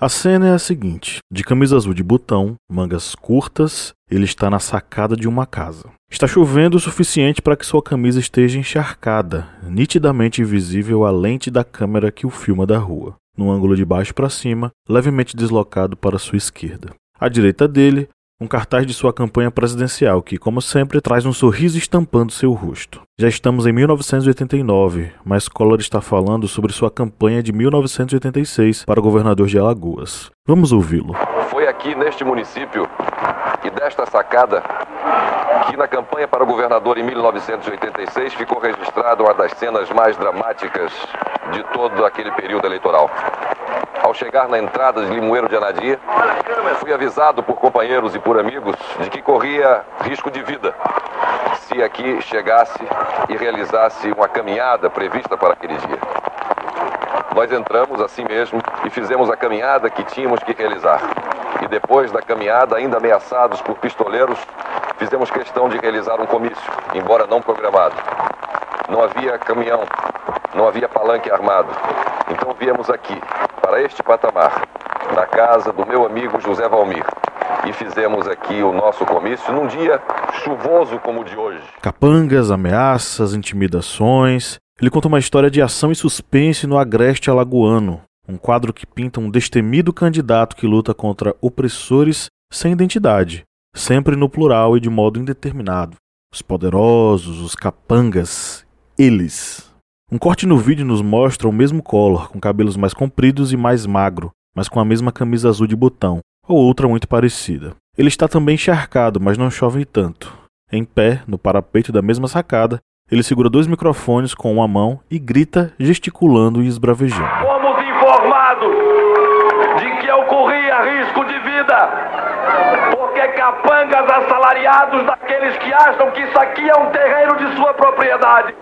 A cena é a seguinte: de camisa azul de botão, mangas curtas, ele está na sacada de uma casa. Está chovendo o suficiente para que sua camisa esteja encharcada, nitidamente visível à lente da câmera que o filma da rua, num ângulo de baixo para cima, levemente deslocado para sua esquerda. À direita dele, um cartaz de sua campanha presidencial que, como sempre, traz um sorriso estampando seu rosto. Já estamos em 1989, mas Collor está falando sobre sua campanha de 1986 para governador de Alagoas. Vamos ouvi-lo. Foi aqui neste município e desta sacada que na campanha para governador em 1986 ficou registrada uma das cenas mais dramáticas de todo aquele período eleitoral. Ao chegar na entrada de Limoeiro de Anadia, fui avisado por companheiros e por amigos de que corria risco de vida se aqui chegasse e realizasse uma caminhada prevista para aquele dia. Nós entramos assim mesmo e fizemos a caminhada que tínhamos que realizar. E depois da caminhada, ainda ameaçados por pistoleiros, fizemos questão de realizar um comício, embora não programado. Não havia caminhão, não havia palanque armado. Então viemos aqui, para este patamar, na casa do meu amigo José Valmir. E fizemos aqui o nosso comício num dia chuvoso como o de hoje. Capangas, ameaças, intimidações. Ele conta uma história de ação e suspense no agreste alagoano. Um quadro que pinta um destemido candidato que luta contra opressores sem identidade, sempre no plural e de modo indeterminado. Os poderosos, os capangas, eles. Um corte no vídeo nos mostra o mesmo Collor, com cabelos mais compridos e mais magro, mas com a mesma camisa azul de botão, ou outra muito parecida. Ele está também encharcado, mas não chove tanto. Em pé, no parapeito da mesma sacada, ele segura 2 microfones com uma mão e grita, gesticulando e esbravejando. Fomos informados de que eu corria risco de vida, porque capangas assalariados daqueles que acham que isso aqui é um terreiro de sua propriedade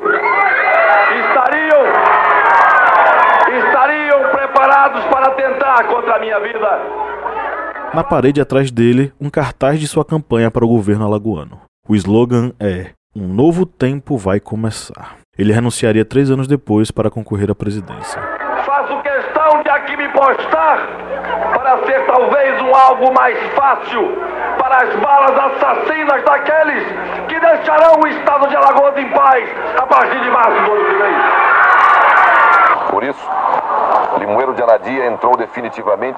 estariam preparados para atentar contra a minha vida. Na parede atrás dele, um cartaz de sua campanha para o governo alagoano. O slogan é: "Um novo tempo vai começar". Ele renunciaria 3 anos depois para concorrer à presidência. Faço questão de aqui me postar para ser talvez um alvo mais fácil para as balas assassinas daqueles que deixarão o estado de Alagoas em paz a partir de março do ano que vem. Por isso, Limoeiro de Anadia entrou definitivamente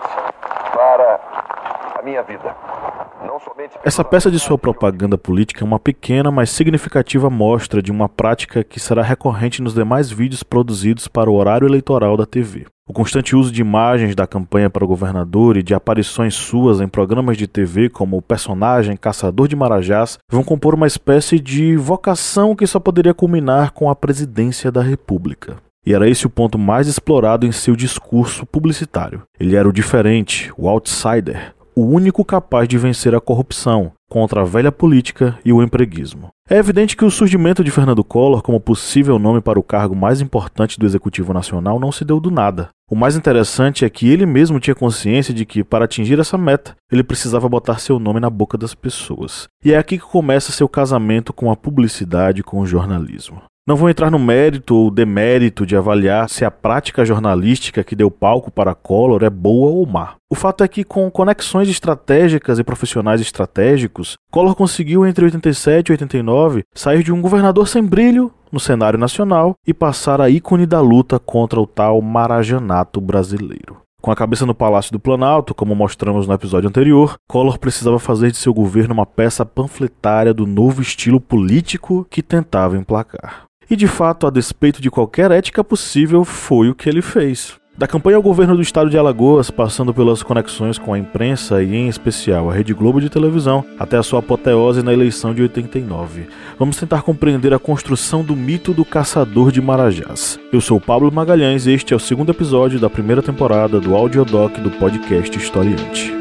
para a minha vida. Não somente... Essa peça de sua propaganda política é uma pequena, mas significativa mostra de uma prática que será recorrente nos demais vídeos produzidos para o horário eleitoral da TV. O constante uso de imagens da campanha para o governador e de aparições suas em programas de TV como o personagem Caçador de Marajás vão compor uma espécie de vocação que só poderia culminar com a presidência da República. E era esse o ponto mais explorado em seu discurso publicitário. Ele era o diferente, o outsider, o único capaz de vencer a corrupção, contra a velha política e o empreguismo. É evidente que o surgimento de Fernando Collor como possível nome para o cargo mais importante do Executivo Nacional não se deu do nada. O mais interessante é que ele mesmo tinha consciência de que, para atingir essa meta, ele precisava botar seu nome na boca das pessoas. E é aqui que começa seu casamento com a publicidade e com o jornalismo. Não vou entrar no mérito ou demérito de avaliar se a prática jornalística que deu palco para Collor é boa ou má. O fato é que, com conexões estratégicas e profissionais estratégicos, Collor conseguiu, entre 87 e 89, sair de um governador sem brilho no cenário nacional e passar a ícone da luta contra o tal marajanato brasileiro. Com a cabeça no Palácio do Planalto, como mostramos no episódio anterior, Collor precisava fazer de seu governo uma peça panfletária do novo estilo político que tentava emplacar. E de fato, a despeito de qualquer ética possível, foi o que ele fez. Da campanha ao governo do estado de Alagoas, passando pelas conexões com a imprensa e, em especial, a Rede Globo de televisão, até a sua apoteose na eleição de 89. Vamos tentar compreender a construção do mito do caçador de Marajás. Eu sou Pablo Magalhães e este é o 2º episódio da primeira temporada do audiodoc do podcast Historiante.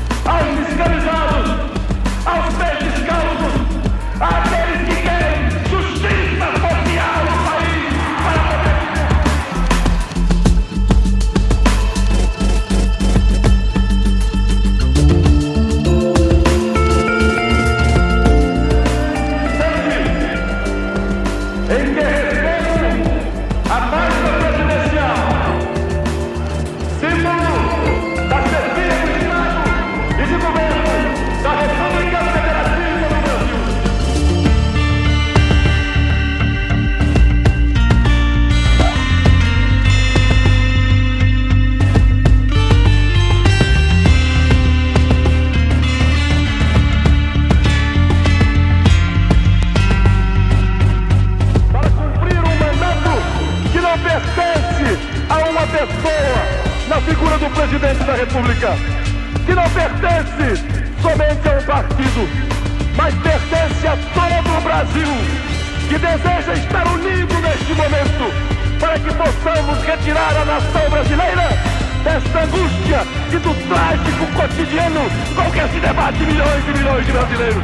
Aos descamisados, aos pés descalços, àqueles que querem do presidente da República, que não pertence somente a um partido, mas pertence a todo o Brasil, que deseja estar unido neste momento, para que possamos retirar a nação brasileira desta angústia e do trágico cotidiano com que se debate milhões e milhões de brasileiros.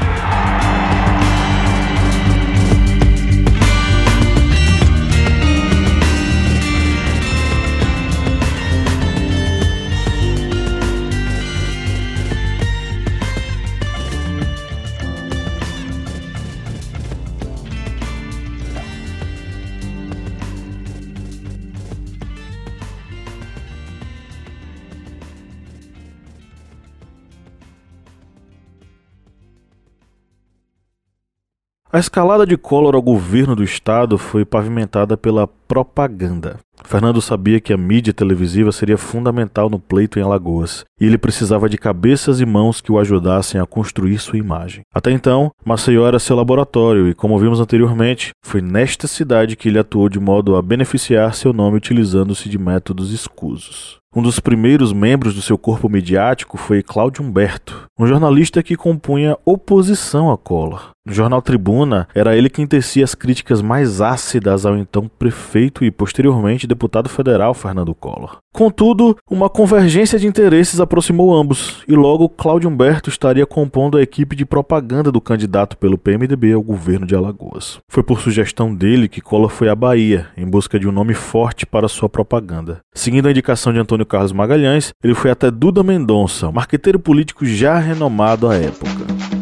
A escalada de Collor ao governo do estado foi pavimentada pela propaganda. Fernando sabia que a mídia televisiva seria fundamental no pleito em Alagoas, e ele precisava de cabeças e mãos que o ajudassem a construir sua imagem. Até então, Maceió era seu laboratório e, como vimos anteriormente, foi nesta cidade que ele atuou de modo a beneficiar seu nome utilizando-se de métodos escusos. Um dos primeiros membros do seu corpo midiático foi Cláudio Humberto, um jornalista que compunha oposição a Collor. No jornal Tribuna, era ele quem tecia as críticas mais ácidas ao então prefeito e posteriormente deputado federal Fernando Collor. Contudo, uma convergência de interesses aproximou ambos, e logo Cláudio Humberto estaria compondo a equipe de propaganda do candidato pelo PMDB ao governo de Alagoas. Foi por sugestão dele que Collor foi à Bahia, em busca de um nome forte para sua propaganda. Seguindo a indicação de Antônio Carlos Magalhães, ele foi até Duda Mendonça, marqueteiro político já renomado à época.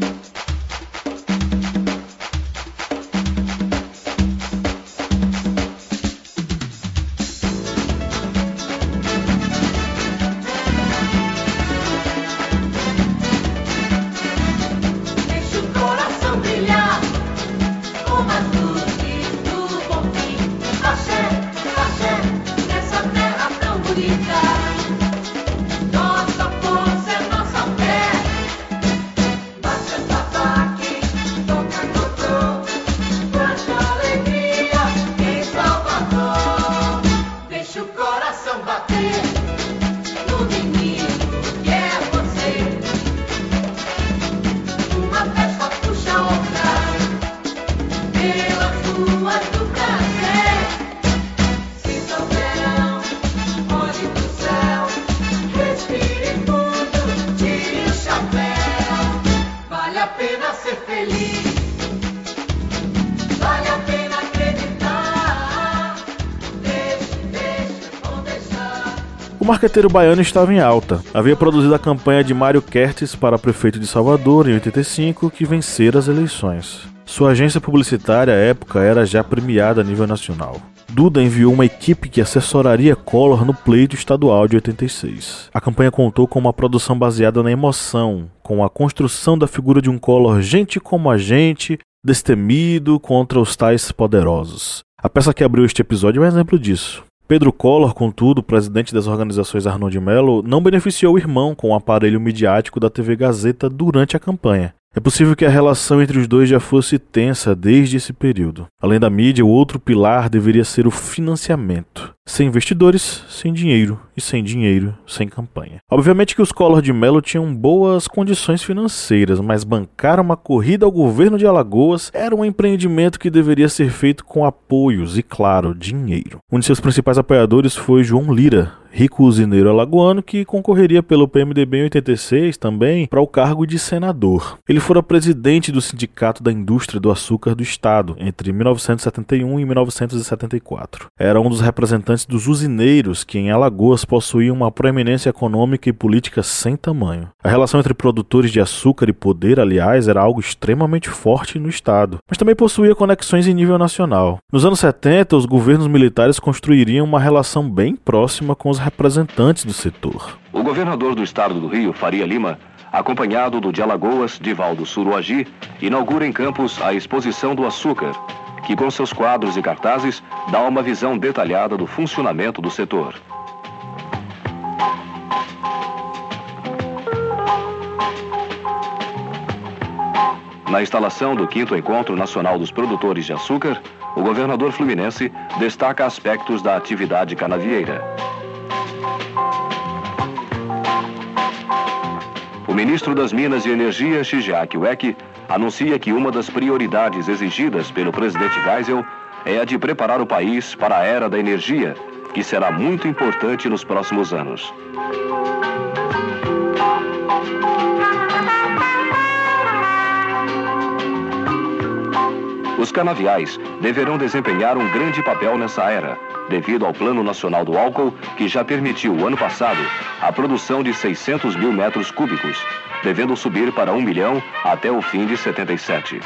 O marqueteiro baiano estava em alta. Havia produzido a campanha de Mário Kertes para prefeito de Salvador em 85, que vencera as eleições. Sua agência publicitária à época era já premiada a nível nacional. Duda enviou uma equipe que assessoraria Collor no pleito estadual de 86. A campanha contou com uma produção baseada na emoção, com a construção da figura de um Collor gente como a gente, destemido contra os tais poderosos. A peça que abriu este episódio é um exemplo disso. Pedro Collor, contudo, presidente das organizações Arnon de Mello, não beneficiou o irmão com o aparelho midiático da TV Gazeta durante a campanha. É possível que a relação entre os dois já fosse tensa desde esse período. Além da mídia, o outro pilar deveria ser o financiamento. Sem investidores, sem dinheiro, e sem dinheiro, sem campanha. Obviamente que os Collor de Mello tinham boas condições financeiras, mas bancar uma corrida ao governo de Alagoas era um empreendimento que deveria ser feito com apoios e, claro, dinheiro. Um de seus principais apoiadores foi João Lira, rico usineiro alagoano que concorreria pelo PMDB em 86 também para o cargo de senador. Ele fora presidente do Sindicato da Indústria do Açúcar do Estado entre 1971 e 1974. Era um dos representantes dos usineiros que em Alagoas possuíam uma proeminência econômica e política sem tamanho. A relação entre produtores de açúcar e poder, aliás, era algo extremamente forte no Estado, mas também possuía conexões em nível nacional. Nos anos 70, os governos militares construiriam uma relação bem próxima com os representantes do setor. O governador do estado do Rio, Faria Lima, acompanhado do de Alagoas, Divaldo Suruagi, inaugura em Campos a Exposição do Açúcar, que com seus quadros e cartazes dá uma visão detalhada do funcionamento do setor. Na instalação do 5º Encontro Nacional dos Produtores de Açúcar, o governador fluminense destaca aspectos da atividade canavieira. ministro das Minas e Energia, Shigeaki Ueki, anuncia que uma das prioridades exigidas pelo presidente Geisel é a de preparar o país para a era da energia, que será muito importante nos próximos anos. Os canaviais deverão desempenhar um grande papel nessa era, devido ao Plano Nacional do Álcool, que já permitiu, ano passado, a produção de 600 mil metros cúbicos, devendo subir para 1 milhão até o fim de 77.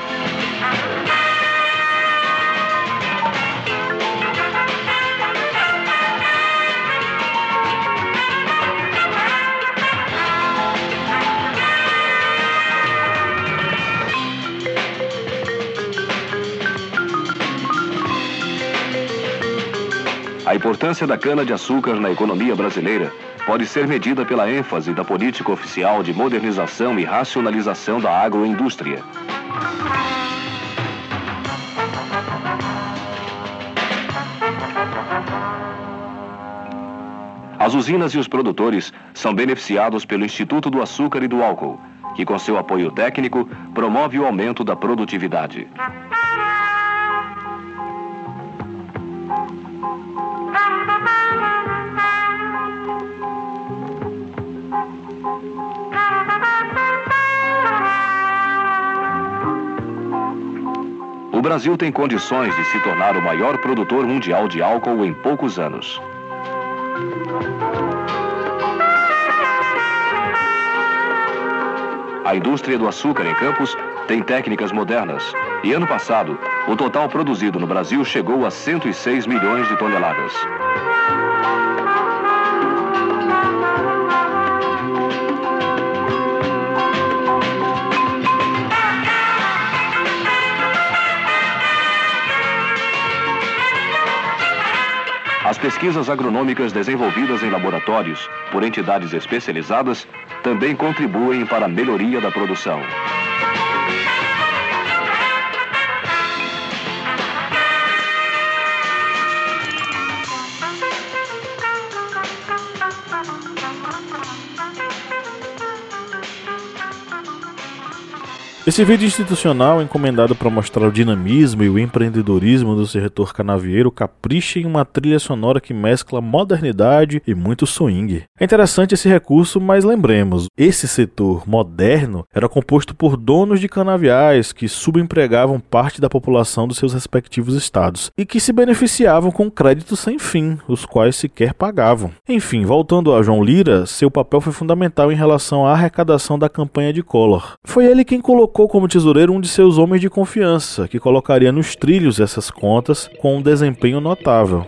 A importância da cana-de-açúcar na economia brasileira pode ser medida pela ênfase da política oficial de modernização e racionalização da agroindústria. As usinas e os produtores são beneficiados pelo Instituto do Açúcar e do Álcool, que com seu apoio técnico promove o aumento da produtividade. O Brasil tem condições de se tornar o maior produtor mundial de álcool em poucos anos. A indústria do açúcar em Campos tem técnicas modernas e, ano passado, o total produzido no Brasil chegou a 106 milhões de toneladas. As pesquisas agronômicas desenvolvidas em laboratórios por entidades especializadas também contribuem para a melhoria da produção. Esse vídeo institucional, encomendado para mostrar o dinamismo e o empreendedorismo do setor canavieiro, capricha em uma trilha sonora que mescla modernidade e muito swing. É interessante esse recurso, mas lembremos, esse setor moderno era composto por donos de canaviais que subempregavam parte da população dos seus respectivos estados e que se beneficiavam com créditos sem fim, os quais sequer pagavam. Enfim, voltando a João Lira, seu papel foi fundamental em relação à arrecadação da campanha de Collor. Foi ele quem colocou como tesoureiro um de seus homens de confiança, que colocaria nos trilhos essas contas com um desempenho notável.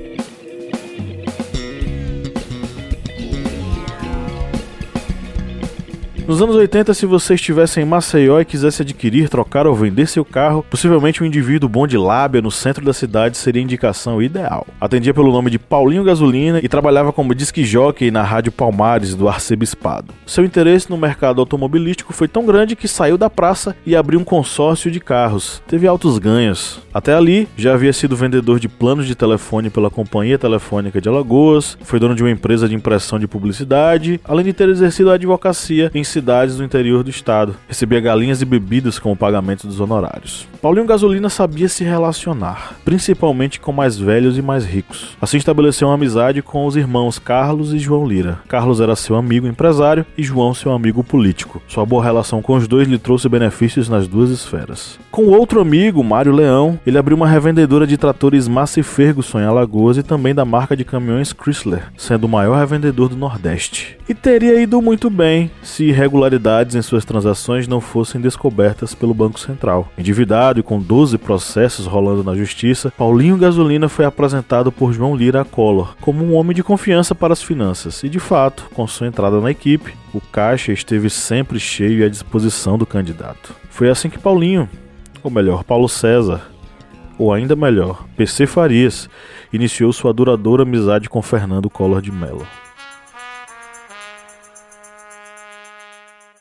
Nos anos 80, se você estivesse em Maceió e quisesse adquirir, trocar ou vender seu carro, possivelmente um indivíduo bom de lábia no centro da cidade seria a indicação ideal. Atendia pelo nome de Paulinho Gasolina e trabalhava como disc-jockey na Rádio Palmares do Arcebispado. Seu interesse no mercado automobilístico foi tão grande que saiu da praça e abriu um consórcio de carros. Teve altos ganhos. Até ali, já havia sido vendedor de planos de telefone pela Companhia Telefônica de Alagoas, foi dono de uma empresa de impressão de publicidade, além de ter exercido a advocacia em cidades do interior do estado. Recebia galinhas e bebidas como pagamento dos honorários. Paulinho Gasolina sabia se relacionar, principalmente com mais velhos e mais ricos. Assim estabeleceu uma amizade com os irmãos Carlos e João Lira. Carlos era seu amigo empresário e João seu amigo político. Sua boa relação com os dois lhe trouxe benefícios nas duas esferas. Com outro amigo, Mário Leão, ele abriu uma revendedora de tratores Massey Ferguson em Alagoas e também da marca de caminhões Chrysler, sendo o maior revendedor do Nordeste. E teria ido muito bem se irregularidades em suas transações não fossem descobertas pelo Banco Central. Endividado e com 12 processos rolando na justiça, Paulinho Gasolina foi apresentado por João Lira a Collor como um homem de confiança para as finanças e, de fato, com sua entrada na equipe, o caixa esteve sempre cheio e à disposição do candidato. Foi assim que Paulinho, ou melhor, Paulo César, ou ainda melhor, PC Farias, iniciou sua duradoura amizade com Fernando Collor de Mello.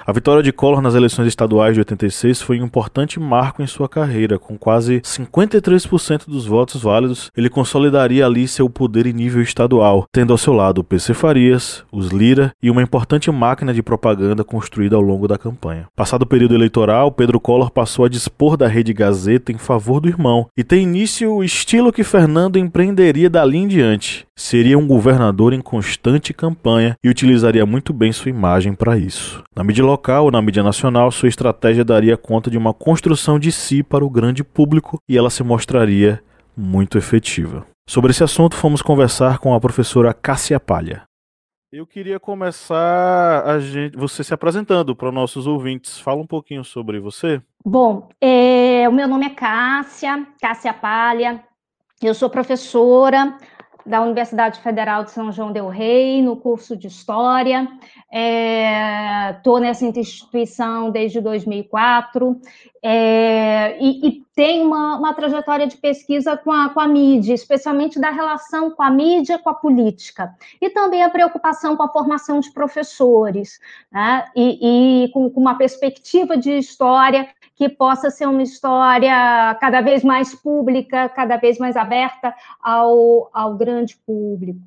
A vitória de Collor nas eleições estaduais de 86 foi um importante marco em sua carreira. Com quase 53% dos votos válidos, ele consolidaria ali seu poder em nível estadual, tendo ao seu lado o PC Farias, os Lira e uma importante máquina de propaganda construída ao longo da campanha. Passado o período eleitoral, Pedro Collor passou a dispor da Rede Gazeta em favor do irmão, e tem início o estilo que Fernando empreenderia dali em diante. Seria um governador em constante campanha e utilizaria muito bem sua imagem para isso. Na mídia local ou na mídia nacional, sua estratégia daria conta de uma construção de si para o grande público e ela se mostraria muito efetiva. Sobre esse assunto, fomos conversar com a professora Cássia Palha. Eu queria começar você se apresentando para os nossos ouvintes. Fala um pouquinho sobre você. Bom, o meu nome é Cássia Palha. Eu sou professora da Universidade Federal de São João del Rei, no curso de História. Estou nessa instituição desde 2004 e tenho uma trajetória de pesquisa com a mídia, especialmente da relação com a mídia com a política, e também a preocupação com a formação de professores, né? E com uma perspectiva de história que possa ser uma história cada vez mais pública, cada vez mais aberta ao grande público.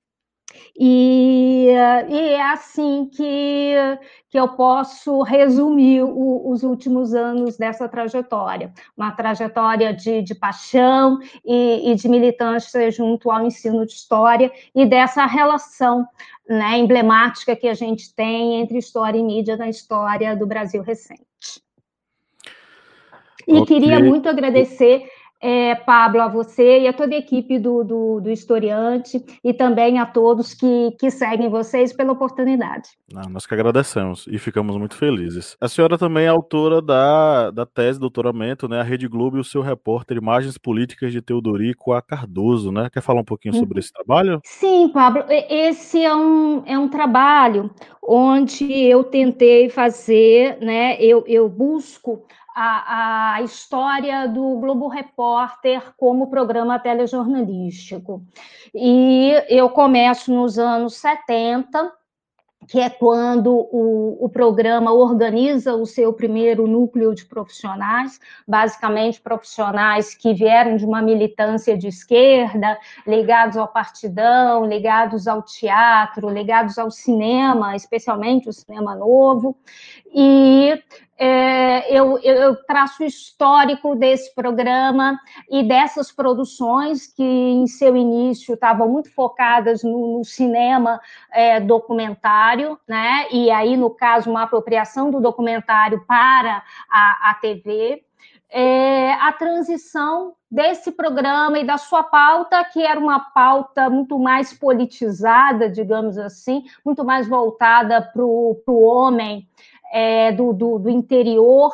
E é assim que eu posso resumir os últimos anos dessa trajetória. Uma trajetória de paixão e de militância junto ao ensino de história e dessa relação, né, emblemática que a gente tem entre história e mídia na história do Brasil recente. E queria muito agradecer, Pablo, a você e a toda a equipe do Historiante e também a todos que seguem vocês pela oportunidade. Nós que agradecemos e ficamos muito felizes. A senhora também é autora da tese de doutoramento, né, a Rede Globo e o seu repórter Imagens Políticas de Teodorico A. Cardoso, né? Quer falar um pouquinho sobre esse trabalho? Sim, Pablo, esse é um trabalho onde eu tentei fazer, né, eu busco a história do Globo Repórter como programa telejornalístico. E eu começo nos anos 70, que é quando o programa organiza o seu primeiro núcleo de profissionais, basicamente profissionais que vieram de uma militância de esquerda, ligados ao partidão, ligados ao teatro, ligados ao cinema, especialmente o cinema novo, e eu traço o histórico desse programa e dessas produções que, em seu início, estavam muito focadas no cinema documentário, né? E aí, no caso, uma apropriação do documentário para a TV, a transição desse programa e da sua pauta, que era uma pauta muito mais politizada, digamos assim, muito mais voltada para o homem, do interior,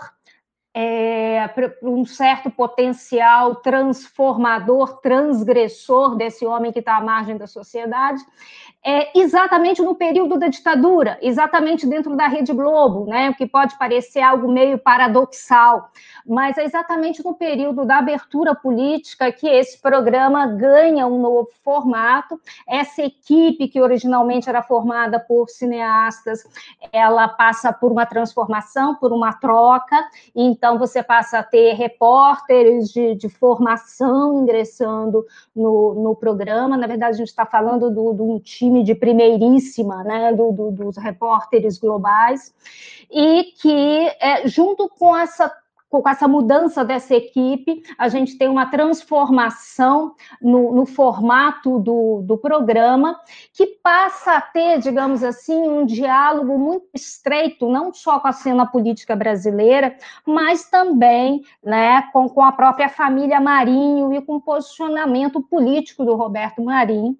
para um certo potencial transformador, transgressor desse homem que está à margem da sociedade, exatamente no período da ditadura, exatamente dentro da Rede Globo, né, o que pode parecer algo meio paradoxal, mas é exatamente no período da abertura política que esse programa ganha um novo formato. Essa equipe, que originalmente era formada por cineastas, ela passa por uma transformação, por uma troca, e então você passa a ter repórteres de formação ingressando no programa. Na verdade, a gente está falando de um time de primeiríssima, né, dos repórteres globais, e que, junto com essa mudança dessa equipe, a gente tem uma transformação no formato do programa, que passa a ter, digamos assim, um diálogo muito estreito, não só com a cena política brasileira, mas também, né, com a própria família Marinho e com o posicionamento político do Roberto Marinho,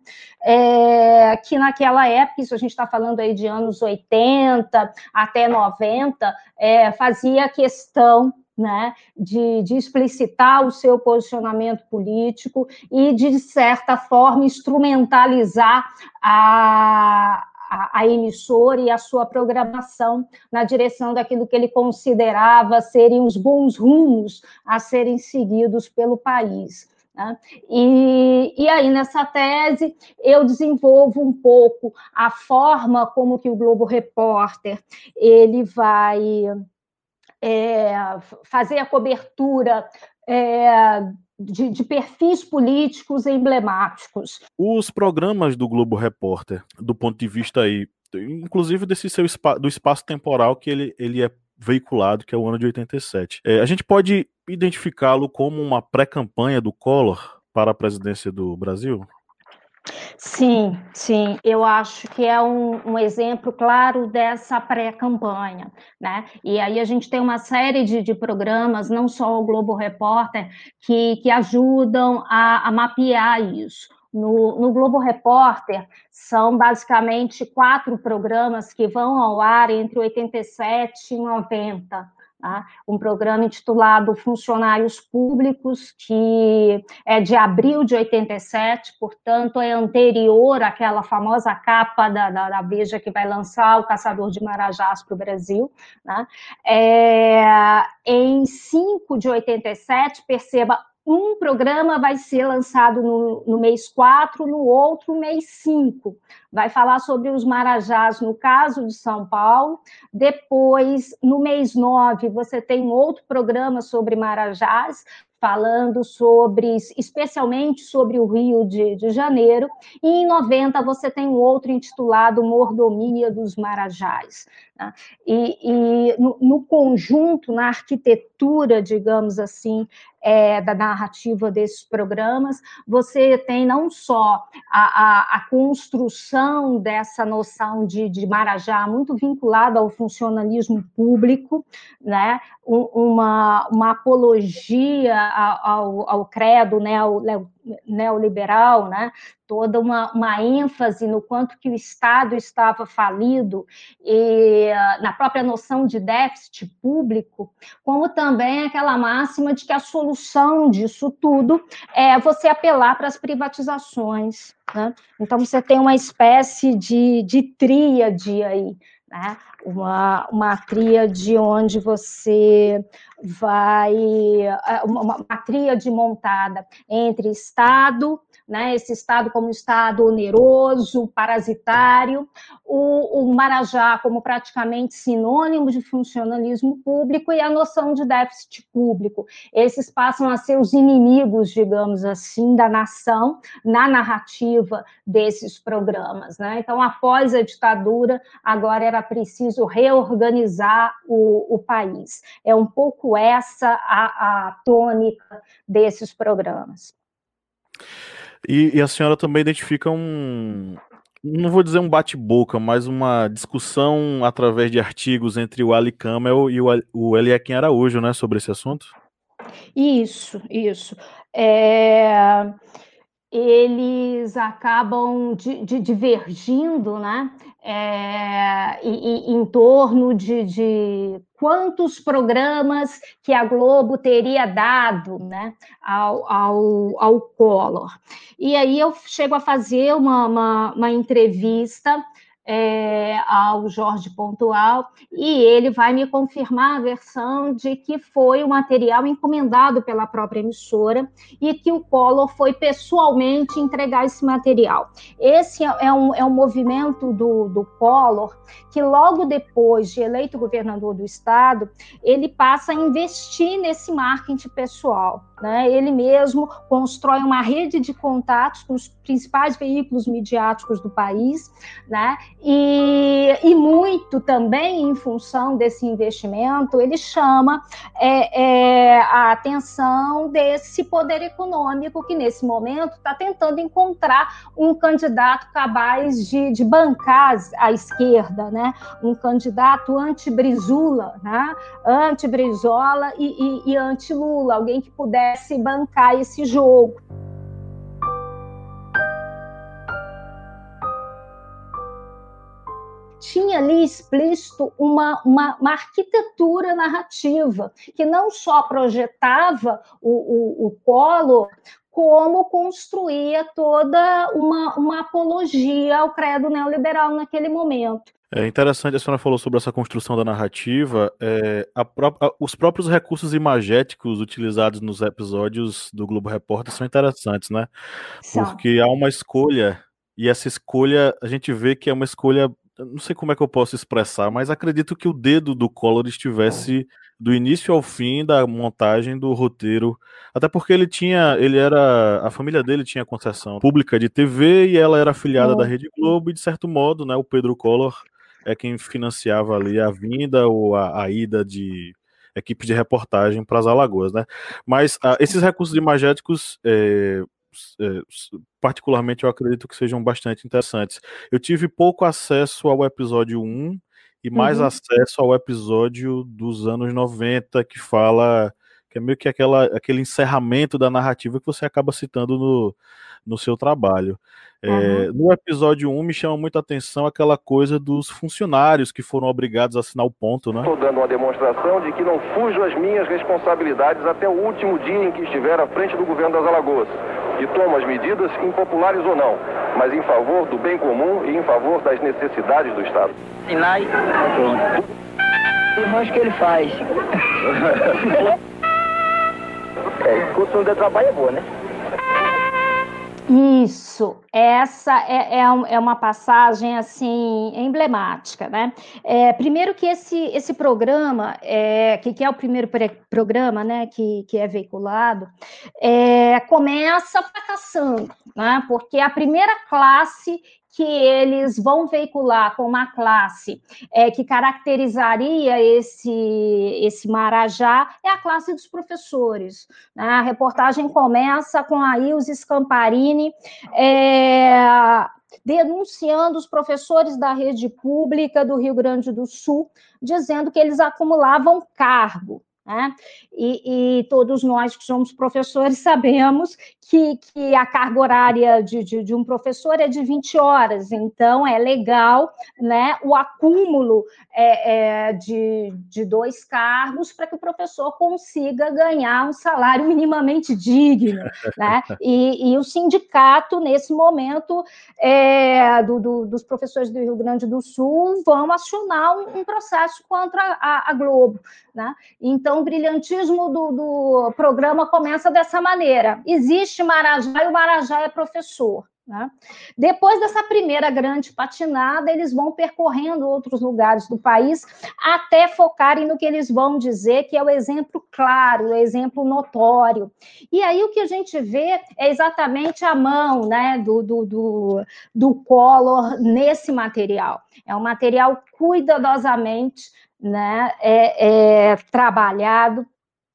que naquela época, isso a gente está falando aí de anos 80 até 90, fazia questão, né, de explicitar o seu posicionamento político e, de certa forma, instrumentalizar a emissora e a sua programação na direção daquilo que ele considerava serem os bons rumos a serem seguidos pelo país. né? E aí, nessa tese, eu desenvolvo um pouco a forma como que o Globo Repórter ele vai fazer a cobertura de perfis políticos emblemáticos. Os programas do Globo Repórter, do ponto de vista aí, inclusive desse seu do espaço temporal que ele é veiculado, que é o ano de 87. A gente pode identificá-lo como uma pré-campanha do Collor para a presidência do Brasil? Sim, sim, eu acho que é um exemplo claro dessa pré-campanha, né? E aí a gente tem uma série de programas, não só o Globo Repórter, que ajudam a mapear isso. No Globo Repórter, são basicamente 4 programas que vão ao ar entre 87 e 90. Tá? Um programa intitulado Funcionários Públicos, que é de abril de 87, portanto, é anterior àquela famosa capa da Veja que vai lançar o Caçador de Marajás para o Brasil. Né? Em 5 de 87, perceba, um programa vai ser lançado no mês 4, no outro mês 5. Vai falar sobre os Marajás, no caso de São Paulo. Depois, no mês 9, você tem outro programa sobre Marajás, falando especialmente sobre o Rio de Janeiro, e em 90 você tem um outro intitulado Mordomia dos Marajás. Né? E no conjunto, na arquitetura, digamos assim, da narrativa desses programas, você tem não só a construção dessa noção de Marajá muito vinculada ao funcionalismo público, né? uma apologia ao credo neoliberal, né? Toda uma ênfase no quanto que o Estado estava falido e na própria noção de déficit público, como também aquela máxima de que a solução disso tudo é você apelar para as privatizações. Né? Então, você tem uma espécie de tríade aí, né? Uma tríade onde você vai... uma tríade montada entre Estado, né, esse Estado como Estado oneroso, parasitário, o Marajá como praticamente sinônimo de funcionalismo público e a noção de déficit público. Esses passam a ser os inimigos, digamos assim, da nação na narrativa desses programas. Né? Então, após a ditadura, agora era preciso reorganizar o país. É um pouco essa a tônica desses programas. E a senhora também identifica não vou dizer um bate-boca, mas uma discussão através de artigos entre o Ali Kamel e o Eliakim Araújo, né, sobre esse assunto? Isso. Eles acabam divergindo, né? Em torno de quantos programas que a Globo teria dado, né, ao Collor. E aí eu chego a fazer uma entrevista ao Jorge Pontual, e ele vai me confirmar a versão de que foi o material encomendado pela própria emissora e que o Collor foi pessoalmente entregar esse material. Esse é um movimento do Collor que logo depois de eleito governador do estado, ele passa a investir nesse marketing pessoal. Né? Ele mesmo constrói uma rede de contatos com os principais veículos midiáticos do país, né? E muito também em função desse investimento, ele chama a atenção desse poder econômico que nesse momento está tentando encontrar um candidato capaz de bancar a esquerda, né? Um candidato anti-Brizola, né? Anti-Brizola e anti-Lula, alguém que pudesse bancar esse jogo. Tinha ali explícito uma arquitetura narrativa que não só projetava o Collor, como construía toda uma apologia ao credo neoliberal naquele momento. É interessante, a senhora falou sobre essa construção da narrativa. Os próprios recursos imagéticos utilizados nos episódios do Globo Repórter são interessantes, né? São. Porque há uma escolha, e essa escolha, a gente vê que é uma escolha, eu não sei como é que eu posso expressar, mas acredito que o dedo do Collor estivesse do início ao fim da montagem do roteiro, até porque a família dele tinha concessão pública de TV e ela era afiliada da Rede Globo e, de certo modo, né, o Pedro Collor é quem financiava ali a vinda ou a ida de equipe de reportagem para as Alagoas, né? Mas esses recursos imagéticos particularmente eu acredito que sejam bastante interessantes. Eu tive pouco acesso ao episódio 1 e mais acesso ao episódio dos anos 90, que é meio que aquele encerramento da narrativa que você acaba citando no seu trabalho. No episódio 1 me chama muito a atenção aquela coisa dos funcionários que foram obrigados a assinar o ponto, né? Estou dando uma demonstração de que não fujo às minhas responsabilidades até o último dia em que estiver à frente do governo das Alagoas. E tomo as medidas, impopulares ou não, mas em favor do bem comum e em favor das necessidades do Estado. Sinai, pronto. E mais que ele faz. Construção de trabalho é boa, né? Isso, essa é uma passagem assim emblemática, né? Primeiro que esse programa, que é o primeiro programa, né, que é veiculado, começa fracassando, né? Porque a primeira classe que eles vão veicular como uma classe que caracterizaria esse Marajá é a classe dos professores, né? A reportagem começa com a Ilse Scamparini denunciando os professores da rede pública do Rio Grande do Sul, dizendo que eles acumulavam cargo. Né? E todos nós que somos professores sabemos que a carga horária de um professor é de 20 horas, então é legal, né, o acúmulo de 2 cargos para que o professor consiga ganhar um salário minimamente digno. Né? E o sindicato, nesse momento, dos professores do Rio Grande do Sul, vão acionar um processo contra a Globo. Né? Então, o brilhantismo do programa começa dessa maneira. Existe Marajá e o Marajá é professor. Né? Depois dessa primeira grande patinada, eles vão percorrendo outros lugares do país até focarem no que eles vão dizer que é o exemplo claro, o exemplo notório. E aí o que a gente vê é exatamente a mão, né, do Collor nesse material. É um material cuidadosamente, né, trabalhado.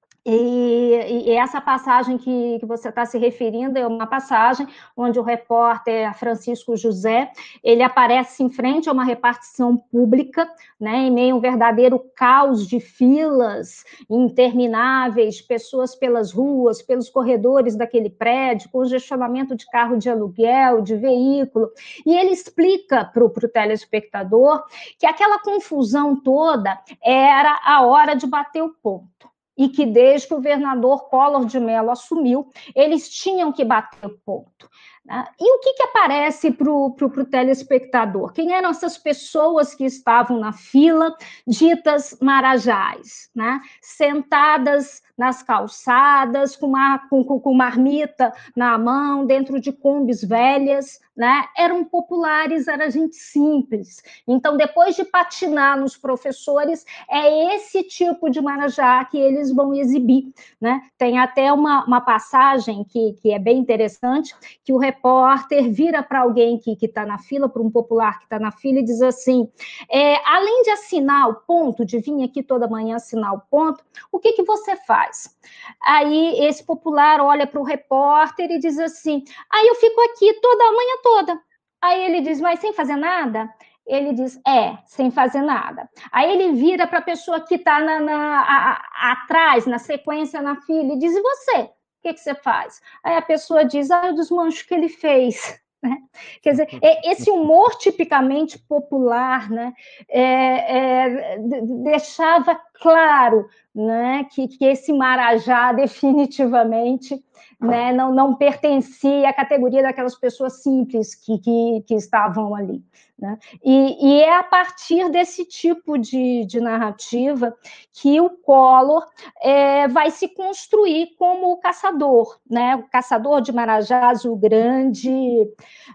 E essa passagem que você está se referindo é uma passagem onde o repórter Francisco José, ele aparece em frente a uma repartição pública, né, em meio a um verdadeiro caos de filas intermináveis, pessoas pelas ruas, pelos corredores daquele prédio, congestionamento de carro de aluguel, de veículo, e ele explica para o telespectador que aquela confusão toda era a hora de bater o ponto. E que desde que o governador Collor de Mello assumiu, eles tinham que bater o ponto. Né? E o que aparece para o telespectador? Quem eram essas pessoas que estavam na fila, ditas marajás, né? Sentadas nas calçadas, com marmita na mão, dentro de combis velhas, né? Eram populares, era gente simples. Então, depois de patinar nos professores, é esse tipo de marajá que eles vão exibir. Né? Tem até uma passagem que é bem interessante, que o repórter vira para alguém que está na fila, para um popular que está na fila, e diz assim, além de assinar o ponto, de vir aqui toda manhã assinar o ponto, o que você faz? Aí esse popular olha para o repórter e diz assim, aí eu fico aqui toda a manhã toda. Aí ele diz, mas sem fazer nada? Ele diz, sem fazer nada. Aí ele vira para a pessoa que está atrás, na sequência, na fila, e diz, e você? O que você faz? Aí a pessoa diz, eu desmancho o que ele fez. Né? Quer dizer, esse humor tipicamente popular, né, deixava claro, né, que esse Marajá definitivamente né, não pertencia à categoria daquelas pessoas simples que estavam ali, né? E é a partir desse tipo de narrativa que o Collor vai se construir como o caçador, né? O caçador de Marajás, o grande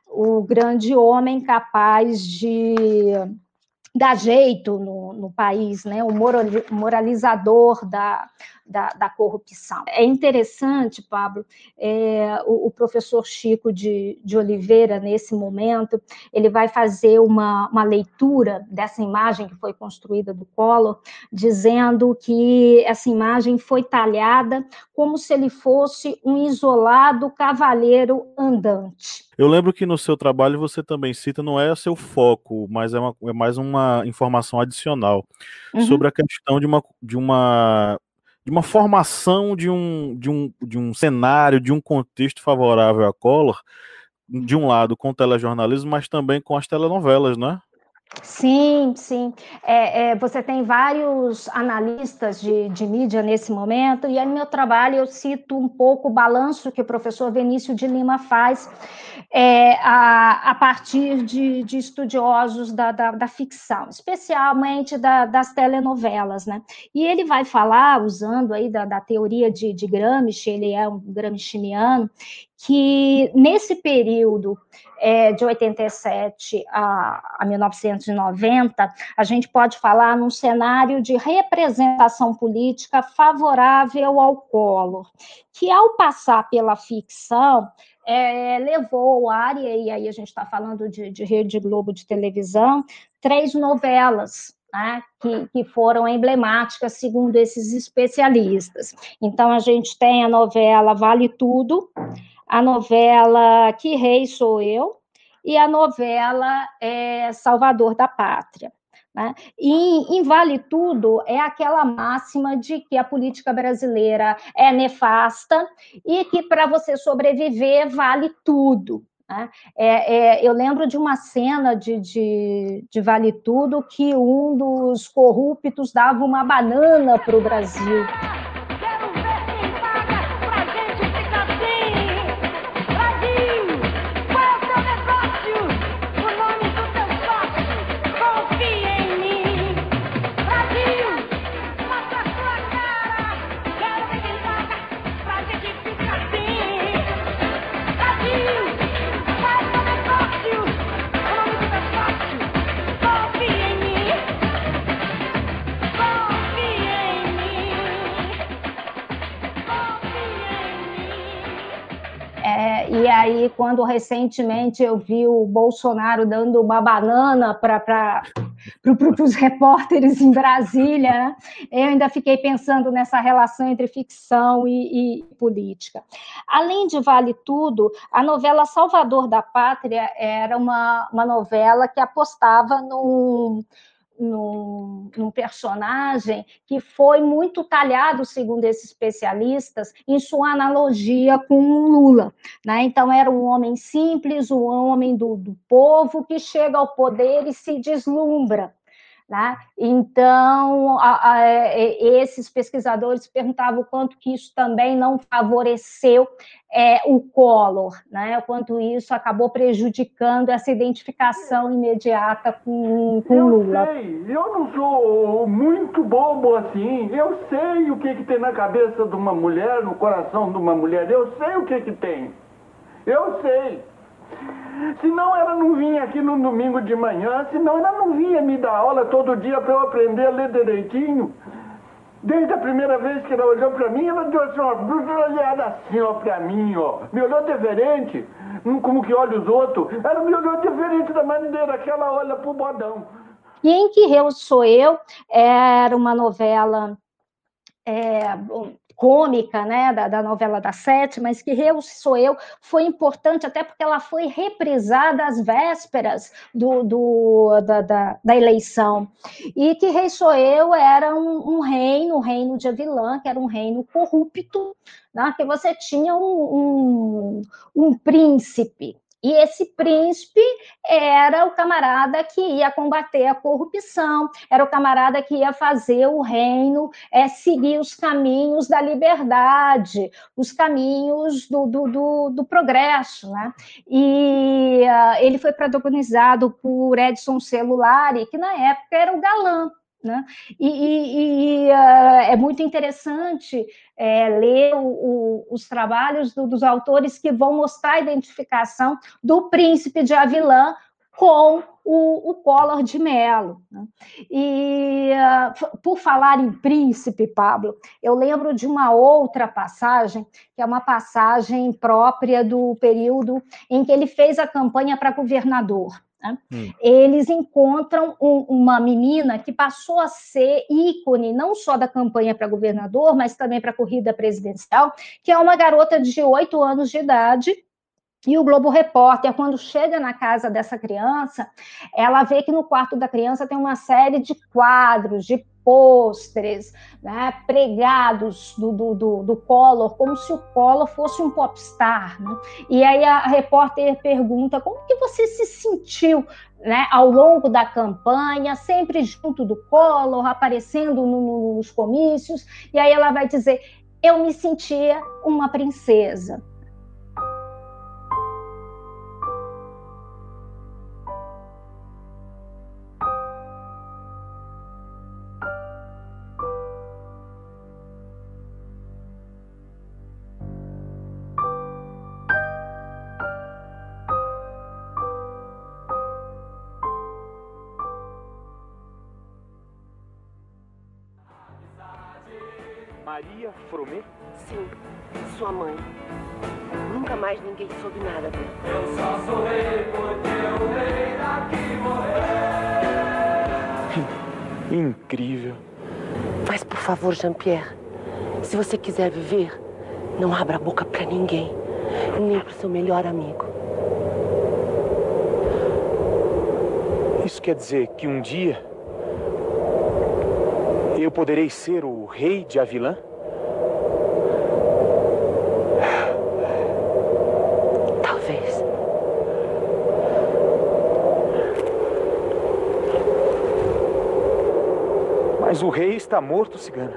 homem capaz de dar jeito no país, né? O moralizador da corrupção. É interessante, Pablo, o professor Chico de Oliveira, nesse momento, ele vai fazer uma leitura dessa imagem que foi construída do Collor, dizendo que essa imagem foi talhada como se ele fosse um isolado cavaleiro andante. Eu lembro que no seu trabalho você também cita, não é seu foco, mas é mais uma informação adicional sobre a questão de uma formação de um cenário, de um contexto favorável a Collor, de um lado com o telejornalismo, mas também com as telenovelas, né? Sim, sim. Você tem vários analistas de mídia nesse momento, e no meu trabalho eu cito um pouco o balanço que o professor Vinícius de Lima faz a partir de estudiosos da ficção, especialmente das telenovelas, né? E ele vai falar, usando aí da teoria de Gramsci, ele é um gramsciano, que nesse período de 87 a 1990, a gente pode falar num cenário de representação política favorável ao Collor, que ao passar pela ficção, levou ao ar, e aí a gente está falando de Rede Globo de televisão, 3 novelas, né, que foram emblemáticas, segundo esses especialistas. Então, a gente tem a novela Vale Tudo, a novela Que Rei Sou Eu e a novela Salvador da Pátria, né? E em Vale Tudo é aquela máxima de que a política brasileira é nefasta e que para você sobreviver vale tudo, né? Eu lembro de uma cena de Vale Tudo que um dos corruptos dava uma banana para o Brasil. E aí, quando recentemente eu vi o Bolsonaro dando uma banana para os repórteres em Brasília, né? Eu ainda fiquei pensando nessa relação entre ficção e política. Além de Vale Tudo, a novela Salvador da Pátria era uma novela que apostava num personagem que foi muito talhado, segundo esses especialistas, em sua analogia com o Lula, né? Então, era um homem simples, um homem do povo que chega ao poder e se deslumbra, né? Então, esses pesquisadores perguntavam o quanto que isso também não favoreceu o Collor, né? O quanto isso acabou prejudicando essa identificação imediata com Lula. Eu não sou muito bobo assim, eu sei o que tem na cabeça de uma mulher, no coração de uma mulher, eu sei o que tem, eu sei. Senão ela não vinha aqui no domingo de manhã, senão ela não vinha me dar aula todo dia para eu aprender a ler direitinho. Desde a primeira vez que ela olhou para mim, ela deu assim, uma olhada assim, ó, para mim, ó. Me olhou diferente, como que olha os outros. Ela me olhou diferente da maneira que ela olha pro bodão. E em Que Rei Sou Eu era uma novela cômica, né, da novela da Sete, mas Que Rei Sou Eu foi importante até porque ela foi reprisada às vésperas da eleição. E Que Rei Sou Eu era um reino de Avilã, que era um reino corrupto, né, que você tinha um príncipe, E esse príncipe era o camarada que ia combater a corrupção, era o camarada que ia fazer o reino seguir os caminhos da liberdade, os caminhos do progresso, né? E ele foi protagonizado por Edson Celulari, que na época era o galã, né? É muito interessante ler os trabalhos dos autores que vão mostrar a identificação do príncipe de Avilã com o Collor de Mello, né? E por falar em príncipe, Pablo, eu lembro de uma outra passagem, que é uma passagem própria do período em que ele fez a campanha para governador. Eles encontram uma menina que passou a ser ícone não só da campanha para governador, mas também para a corrida presidencial, que é uma garota de 8 anos de idade. E o Globo Repórter, quando chega na casa dessa criança, ela vê que no quarto da criança tem uma série de quadros, de pôsteres, né, pregados do Collor, como se o Collor fosse um popstar, né? E aí a repórter pergunta como que você se sentiu, né, ao longo da campanha, sempre junto do Collor, aparecendo nos comícios, e aí ela vai dizer, eu me sentia uma princesa. Maria Fromet? Sim, sua mãe. Nunca mais ninguém soube nada dela. Eu só sou rei porque o rei daqui morreu. Incrível. Mas, por favor, Jean-Pierre, se você quiser viver, não abra a boca pra ninguém, nem pro seu melhor amigo. Isso quer dizer que um dia eu poderei ser o rei de Avilã? Talvez. Mas o rei está morto, cigana.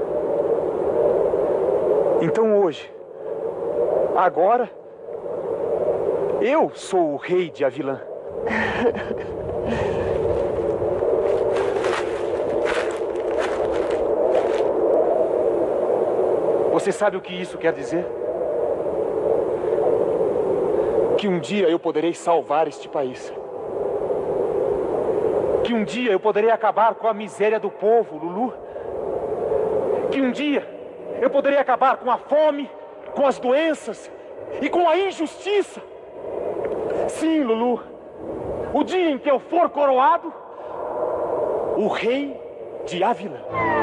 Então hoje, agora, eu sou o rei de Avilã. Você sabe o que isso quer dizer? Que um dia eu poderei salvar este país. Que um dia eu poderei acabar com a miséria do povo, Lulu. Que um dia eu poderei acabar com a fome, com as doenças e com a injustiça. Sim, Lulu. O dia em que eu for coroado, o rei de Avilã.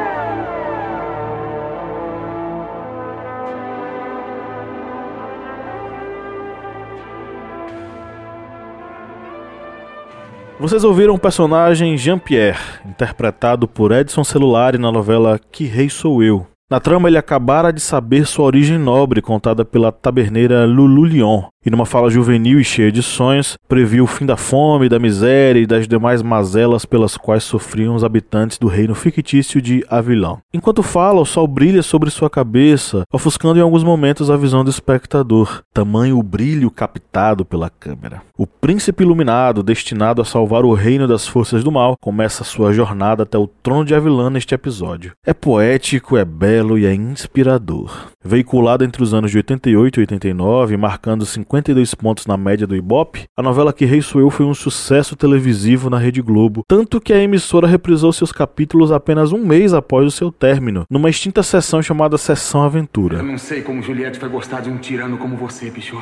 Vocês ouviram o personagem Jean-Pierre, interpretado por Edson Celulari na novela Que Rei Sou Eu. Na trama, ele acabara de saber sua origem nobre, contada pela taberneira Lulu Lyon, e numa fala juvenil e cheia de sonhos, previu o fim da fome, da miséria e das demais mazelas pelas quais sofriam os habitantes do reino fictício de Avilã. Enquanto fala, o sol brilha sobre sua cabeça, ofuscando em alguns momentos a visão do espectador, tamanho o brilho captado pela câmera. O príncipe iluminado, destinado a salvar o reino das forças do mal, começa sua jornada até o trono de Avilã neste episódio. É poético, é belo e é inspirador. Veiculado entre os anos de 88 e 89, marcando 52 pontos na média do Ibope, a novela Que Rei Sou Eu foi um sucesso televisivo na Rede Globo, tanto que a emissora reprisou seus capítulos apenas um mês após o seu término, numa extinta sessão chamada Sessão Aventura. Eu não sei como Juliette vai gostar de um tirano como você, bicho.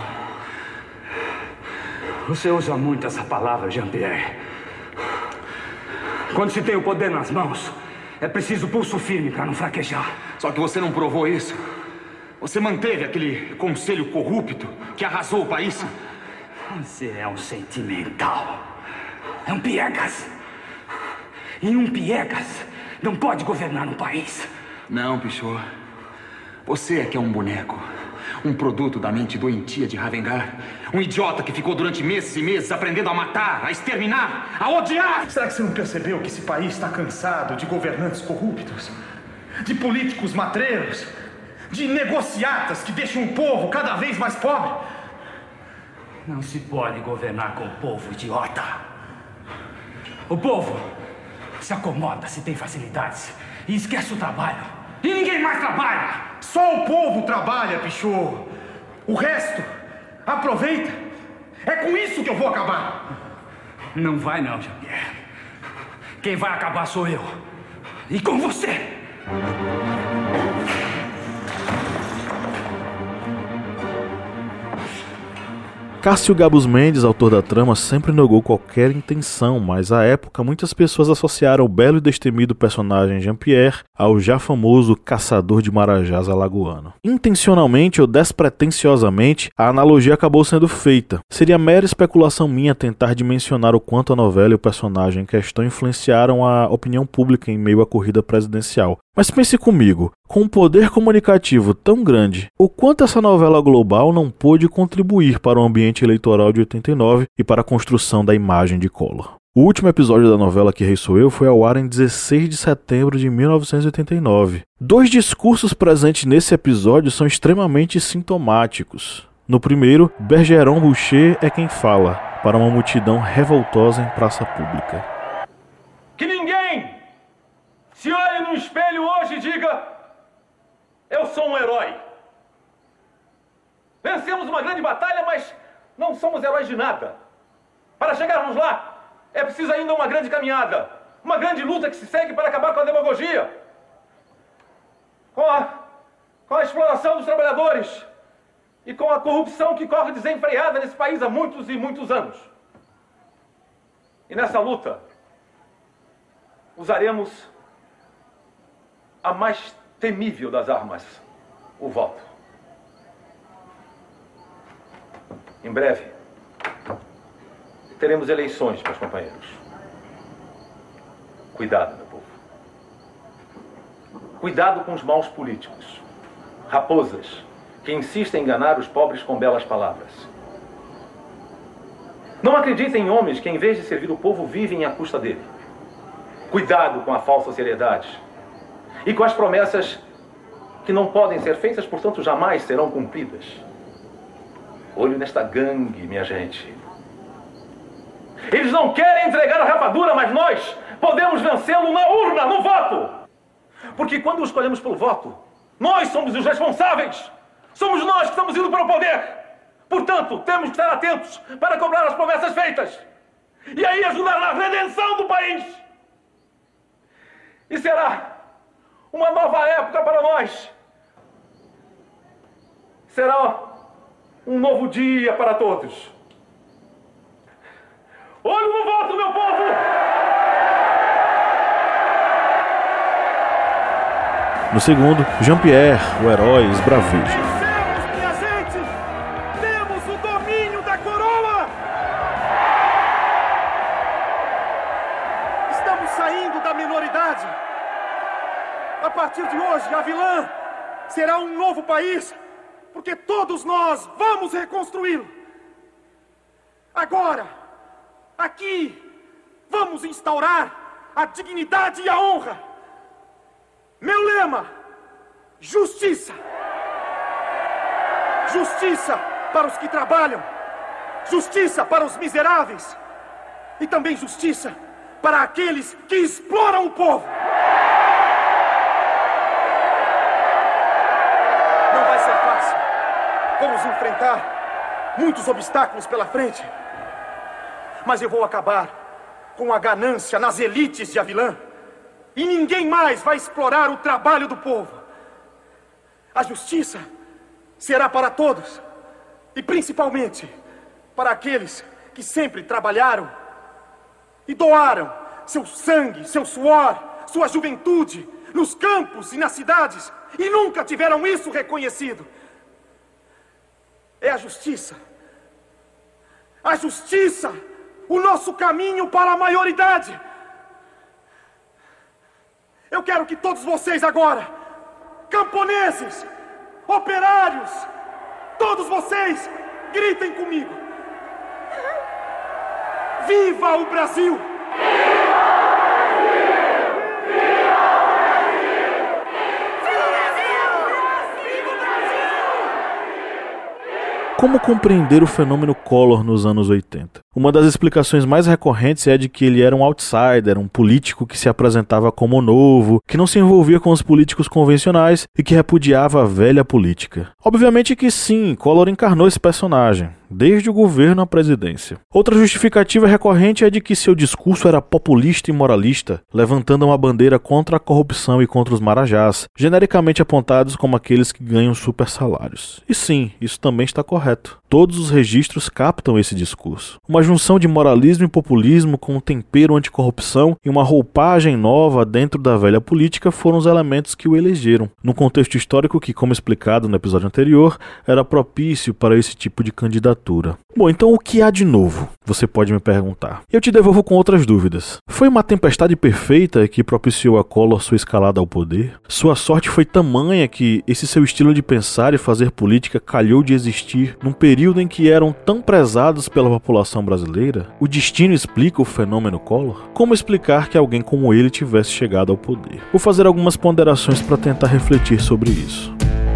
Você usa muito essa palavra, Jean-Pierre. Quando se tem o poder nas mãos, é preciso pulso firme para não fraquejar. Só que você não provou isso. Você manteve aquele conselho corrupto que arrasou o país. Você é um sentimental. É um piegas. E um piegas não pode governar um país. Não, Pichot. Você é que é um boneco. Um produto da mente doentia de Ravengar. Um idiota que ficou durante meses e meses aprendendo a matar, a exterminar, a odiar. Será que você não percebeu que esse país está cansado de governantes corruptos? De políticos matreiros? De negociatas que deixam o povo cada vez mais pobre? Não se pode governar com o povo, idiota. O povo se acomoda se tem facilidades e esquece o trabalho. E ninguém mais trabalha. Só o povo trabalha, Pichot. O resto, aproveita. É com isso que eu vou acabar. Não vai não, Jean-Pierre. Quem vai acabar sou eu. E com você. Cássio Gabus Mendes, autor da trama, sempre negou qualquer intenção, mas à época muitas pessoas associaram o belo e destemido personagem Jean-Pierre ao já famoso caçador de marajás alagoano. Intencionalmente ou despretensiosamente, a analogia acabou sendo feita. Seria mera especulação minha tentar dimensionar o quanto a novela e o personagem em questão influenciaram a opinião pública em meio à corrida presidencial. Mas pense comigo, com um poder comunicativo tão grande, o quanto essa novela global não pôde contribuir para o ambiente eleitoral de 89 e para a construção da imagem de Collor. O último episódio da novela Que Rei Sou Eu foi ao ar em 16 de setembro de 1989. Dois discursos presentes nesse episódio são extremamente sintomáticos. No primeiro, Bergeron Boucher é quem fala, para uma multidão revoltosa em praça pública. Que ninguém se olhe no espelho hoje e diga: eu sou um herói. Vencemos uma grande batalha, mas não somos heróis de nada. Para chegarmos lá, é preciso ainda uma grande caminhada, uma grande luta que se segue para acabar com a demagogia, com a exploração dos trabalhadores e com a corrupção que corre desenfreada nesse país há muitos e muitos anos. E nessa luta, usaremos a mais temível das armas, o voto. Em breve, teremos eleições, meus companheiros. Cuidado, meu povo. Cuidado com os maus políticos, raposas, que insistem em enganar os pobres com belas palavras. Não acreditem em homens que, em vez de servir o povo, vivem à custa dele. Cuidado com a falsa seriedade e com as promessas que não podem ser feitas, portanto jamais serão cumpridas. Olho nesta gangue, minha gente. Eles não querem entregar a rapadura, mas nós podemos vencê-lo na urna, no voto. Porque quando o escolhemos pelo voto, nós somos os responsáveis. Somos nós que estamos indo para o poder. Portanto, temos que estar atentos para cobrar as promessas feitas. E aí ajudar na redenção do país. E será uma nova época para nós. Será um novo dia para todos. Olho no voto, meu povo! No segundo, Jean-Pierre, o herói, esbraveja. Vencemos, minha gente! Temos o domínio da coroa! Estamos saindo da minoridade. A partir de hoje, a vilã será um novo país, porque todos nós vamos reconstruí-lo. Agora, aqui, vamos instaurar a dignidade e a honra. Meu lema: justiça. Justiça para os que trabalham, justiça para os miseráveis e também justiça para aqueles que exploram o povo. Não vai ser fácil. Vamos enfrentar muitos obstáculos pela frente. Mas eu vou acabar com a ganância nas elites de Avilã. E ninguém mais vai explorar o trabalho do povo. A justiça será para todos. E principalmente para aqueles que sempre trabalharam e doaram seu sangue, seu suor, sua juventude nos campos e nas cidades e nunca tiveram isso reconhecido. É a justiça. A justiça, o nosso caminho para a maioridade. Eu quero que todos vocês agora, camponeses, operários, Todos vocês, gritem comigo. Viva o Brasil! Como compreender o fenômeno Collor nos anos 80? Uma das explicações mais recorrentes é a de que ele era um outsider, um político que se apresentava como novo, que não se envolvia com os políticos convencionais e que repudiava a velha política. Obviamente que sim, Collor encarnou esse personagem, desde o governo à presidência. Outra justificativa recorrente é de que seu discurso era populista e moralista, levantando uma bandeira contra a corrupção e contra os marajás, genericamente apontados como aqueles que ganham super salários. E sim, isso também está correto. Todos os registros captam esse discurso. Uma junção de moralismo e populismo com um tempero anticorrupção e uma roupagem nova dentro da velha política foram os elementos que o elegeram, num contexto histórico que, como explicado no episódio anterior, era propício para esse tipo de candidatura. Bom, então o que há de novo? Você pode me perguntar. Eu te devolvo com outras dúvidas. Foi uma tempestade perfeita que propiciou a Collor sua escalada ao poder? Sua sorte foi tamanha que esse seu estilo de pensar e fazer política calhou de existir num período em que eram tão prezados pela população brasileira? O destino explica o fenômeno Collor? Como explicar que alguém como ele tivesse chegado ao poder? Vou fazer algumas ponderações para tentar refletir sobre isso.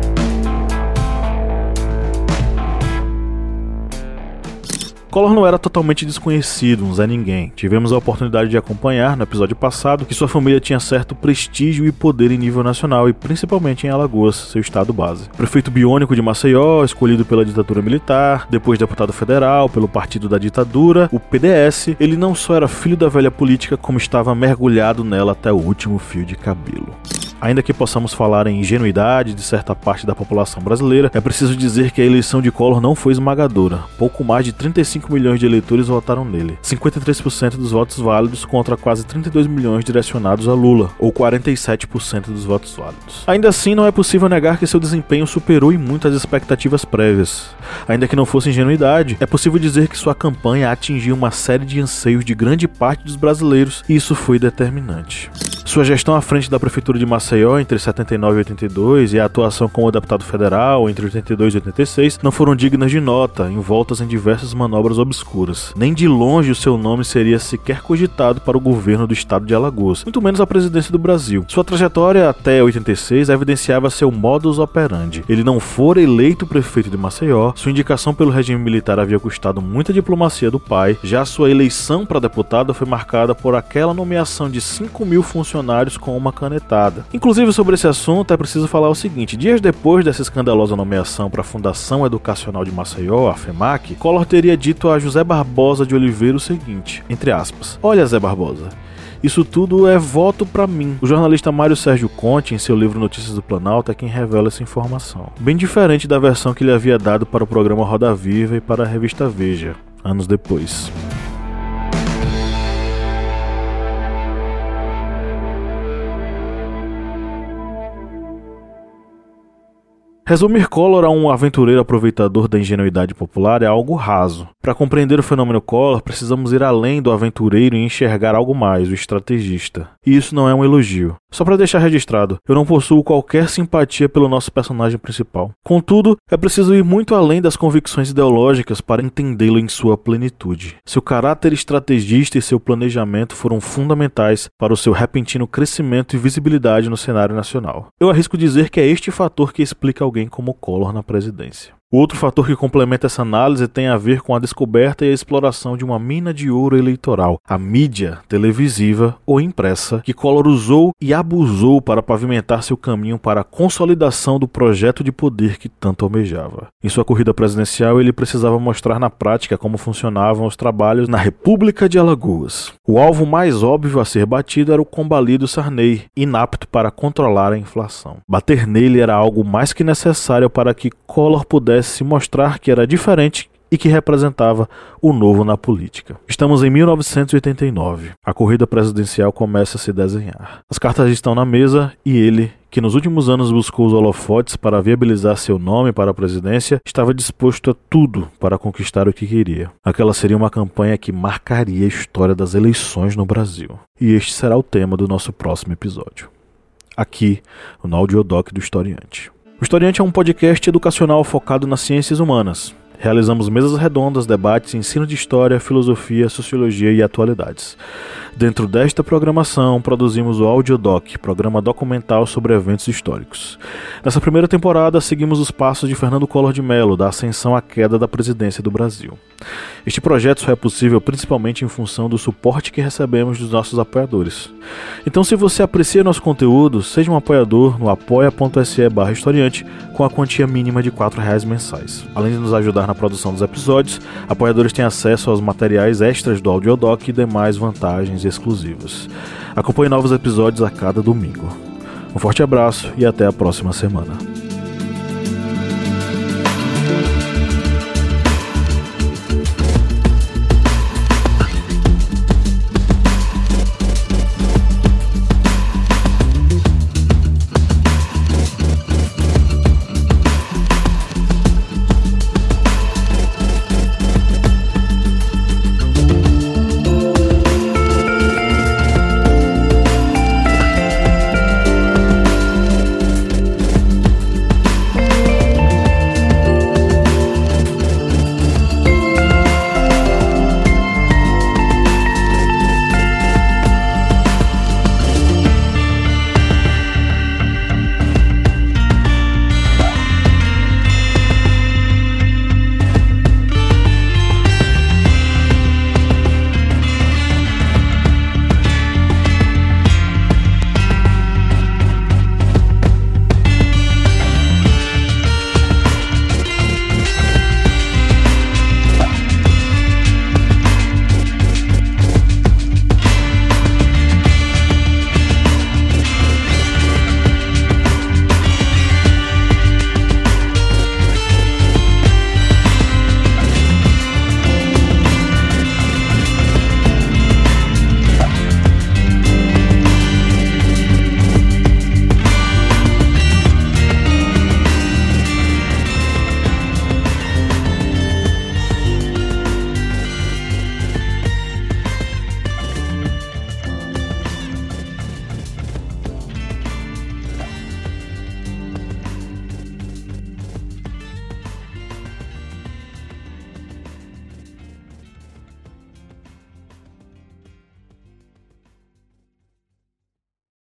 Collor não era totalmente desconhecido, um Zé Ninguém. Tivemos a oportunidade de acompanhar no episódio passado que sua família tinha certo prestígio e poder em nível nacional e principalmente em Alagoas, seu estado base. Prefeito biônico de Maceió, escolhido pela ditadura militar, depois deputado federal pelo partido da ditadura, o PDS, ele não só era filho da velha política como estava mergulhado nela até o último fio de cabelo. Ainda que possamos falar em ingenuidade de certa parte da população brasileira, é preciso dizer que a eleição de Collor não foi esmagadora. Pouco mais de 35 milhões de eleitores votaram nele. 53% dos votos válidos contra quase 32 milhões direcionados a Lula, ou 47% dos votos válidos. Ainda assim, não é possível negar que seu desempenho superou em muito as expectativas prévias. Ainda que não fosse ingenuidade, é possível dizer que sua campanha atingiu uma série de anseios de grande parte dos brasileiros, e isso foi determinante. Sua gestão à frente da prefeitura de Maceió entre 79 e 82 e a atuação como deputado federal entre 82 e 86 não foram dignas de nota, envoltas em diversas manobras obscuras. Nem de longe o seu nome seria sequer cogitado para o governo do estado de Alagoas, muito menos a presidência do Brasil. Sua trajetória até 86 evidenciava seu modus operandi. Ele não fora eleito prefeito de Maceió, sua indicação pelo regime militar havia custado muita diplomacia do pai, já sua eleição para deputado foi marcada por aquela nomeação de 5 mil funcionários com uma canetada. Inclusive, sobre esse assunto é preciso falar o seguinte: dias depois dessa escandalosa nomeação para a Fundação Educacional de Maceió, a FEMAC, Collor teria dito a José Barbosa de Oliveira o seguinte, entre aspas: "Olha, Zé Barbosa, isso tudo é voto pra mim." O jornalista Mário Sérgio Conte, em seu livro Notícias do Planalto, é quem revela essa informação. Bem diferente da versão que ele havia dado para o programa Roda Viva e para a revista Veja, anos depois. Resumir Collor a um aventureiro aproveitador da ingenuidade popular é algo raso. Para compreender o fenômeno Collor, precisamos ir além do aventureiro e enxergar algo mais, o estrategista. E isso não é um elogio. Só para deixar registrado, eu não possuo qualquer simpatia pelo nosso personagem principal. Contudo, é preciso ir muito além das convicções ideológicas para entendê-lo em sua plenitude. Seu caráter estrategista e seu planejamento foram fundamentais para o seu repentino crescimento e visibilidade no cenário nacional. Eu arrisco dizer que é este fator que explica alguém como Collor na presidência. O outro fator que complementa essa análise tem a ver com a descoberta e a exploração de uma mina de ouro eleitoral, a mídia televisiva ou impressa, que Collor usou e abusou para pavimentar seu caminho para a consolidação do projeto de poder que tanto almejava. Em sua corrida presidencial, ele precisava mostrar na prática como funcionavam os trabalhos na República de Alagoas. O alvo mais óbvio a ser batido era o combalido Sarney, inapto para controlar a inflação. Bater nele era algo mais que necessário para que Collor pudesse se mostrar que era diferente e que representava o novo na política. Estamos em 1989. A corrida presidencial começa a se desenhar. As cartas estão na mesa e ele, que nos últimos anos buscou os holofotes para viabilizar seu nome para a presidência, estava disposto a tudo para conquistar o que queria. Aquela seria uma campanha que marcaria a história das eleições no Brasil. E este será o tema do nosso próximo episódio. Aqui, no Audiodoc do Historiante. O Historiante é um podcast educacional focado nas ciências humanas. Realizamos mesas redondas, debates, ensino de história, filosofia, sociologia e atualidades. Dentro desta programação, produzimos o Audiodoc, programa documental sobre eventos históricos. Nessa primeira temporada, seguimos os passos de Fernando Collor de Mello, da ascensão à queda da presidência do Brasil. Este projeto só é possível principalmente em função do suporte que recebemos dos nossos apoiadores. Então, se você aprecia nosso conteúdo, seja um apoiador no apoia.se/historiante com a quantia mínima de R$4 mensais. Além de nos ajudar na produção dos episódios, apoiadores têm acesso aos materiais extras do Audiodoc e demais vantagens exclusivas. Acompanhe novos episódios a cada domingo. Um forte abraço e até a próxima semana.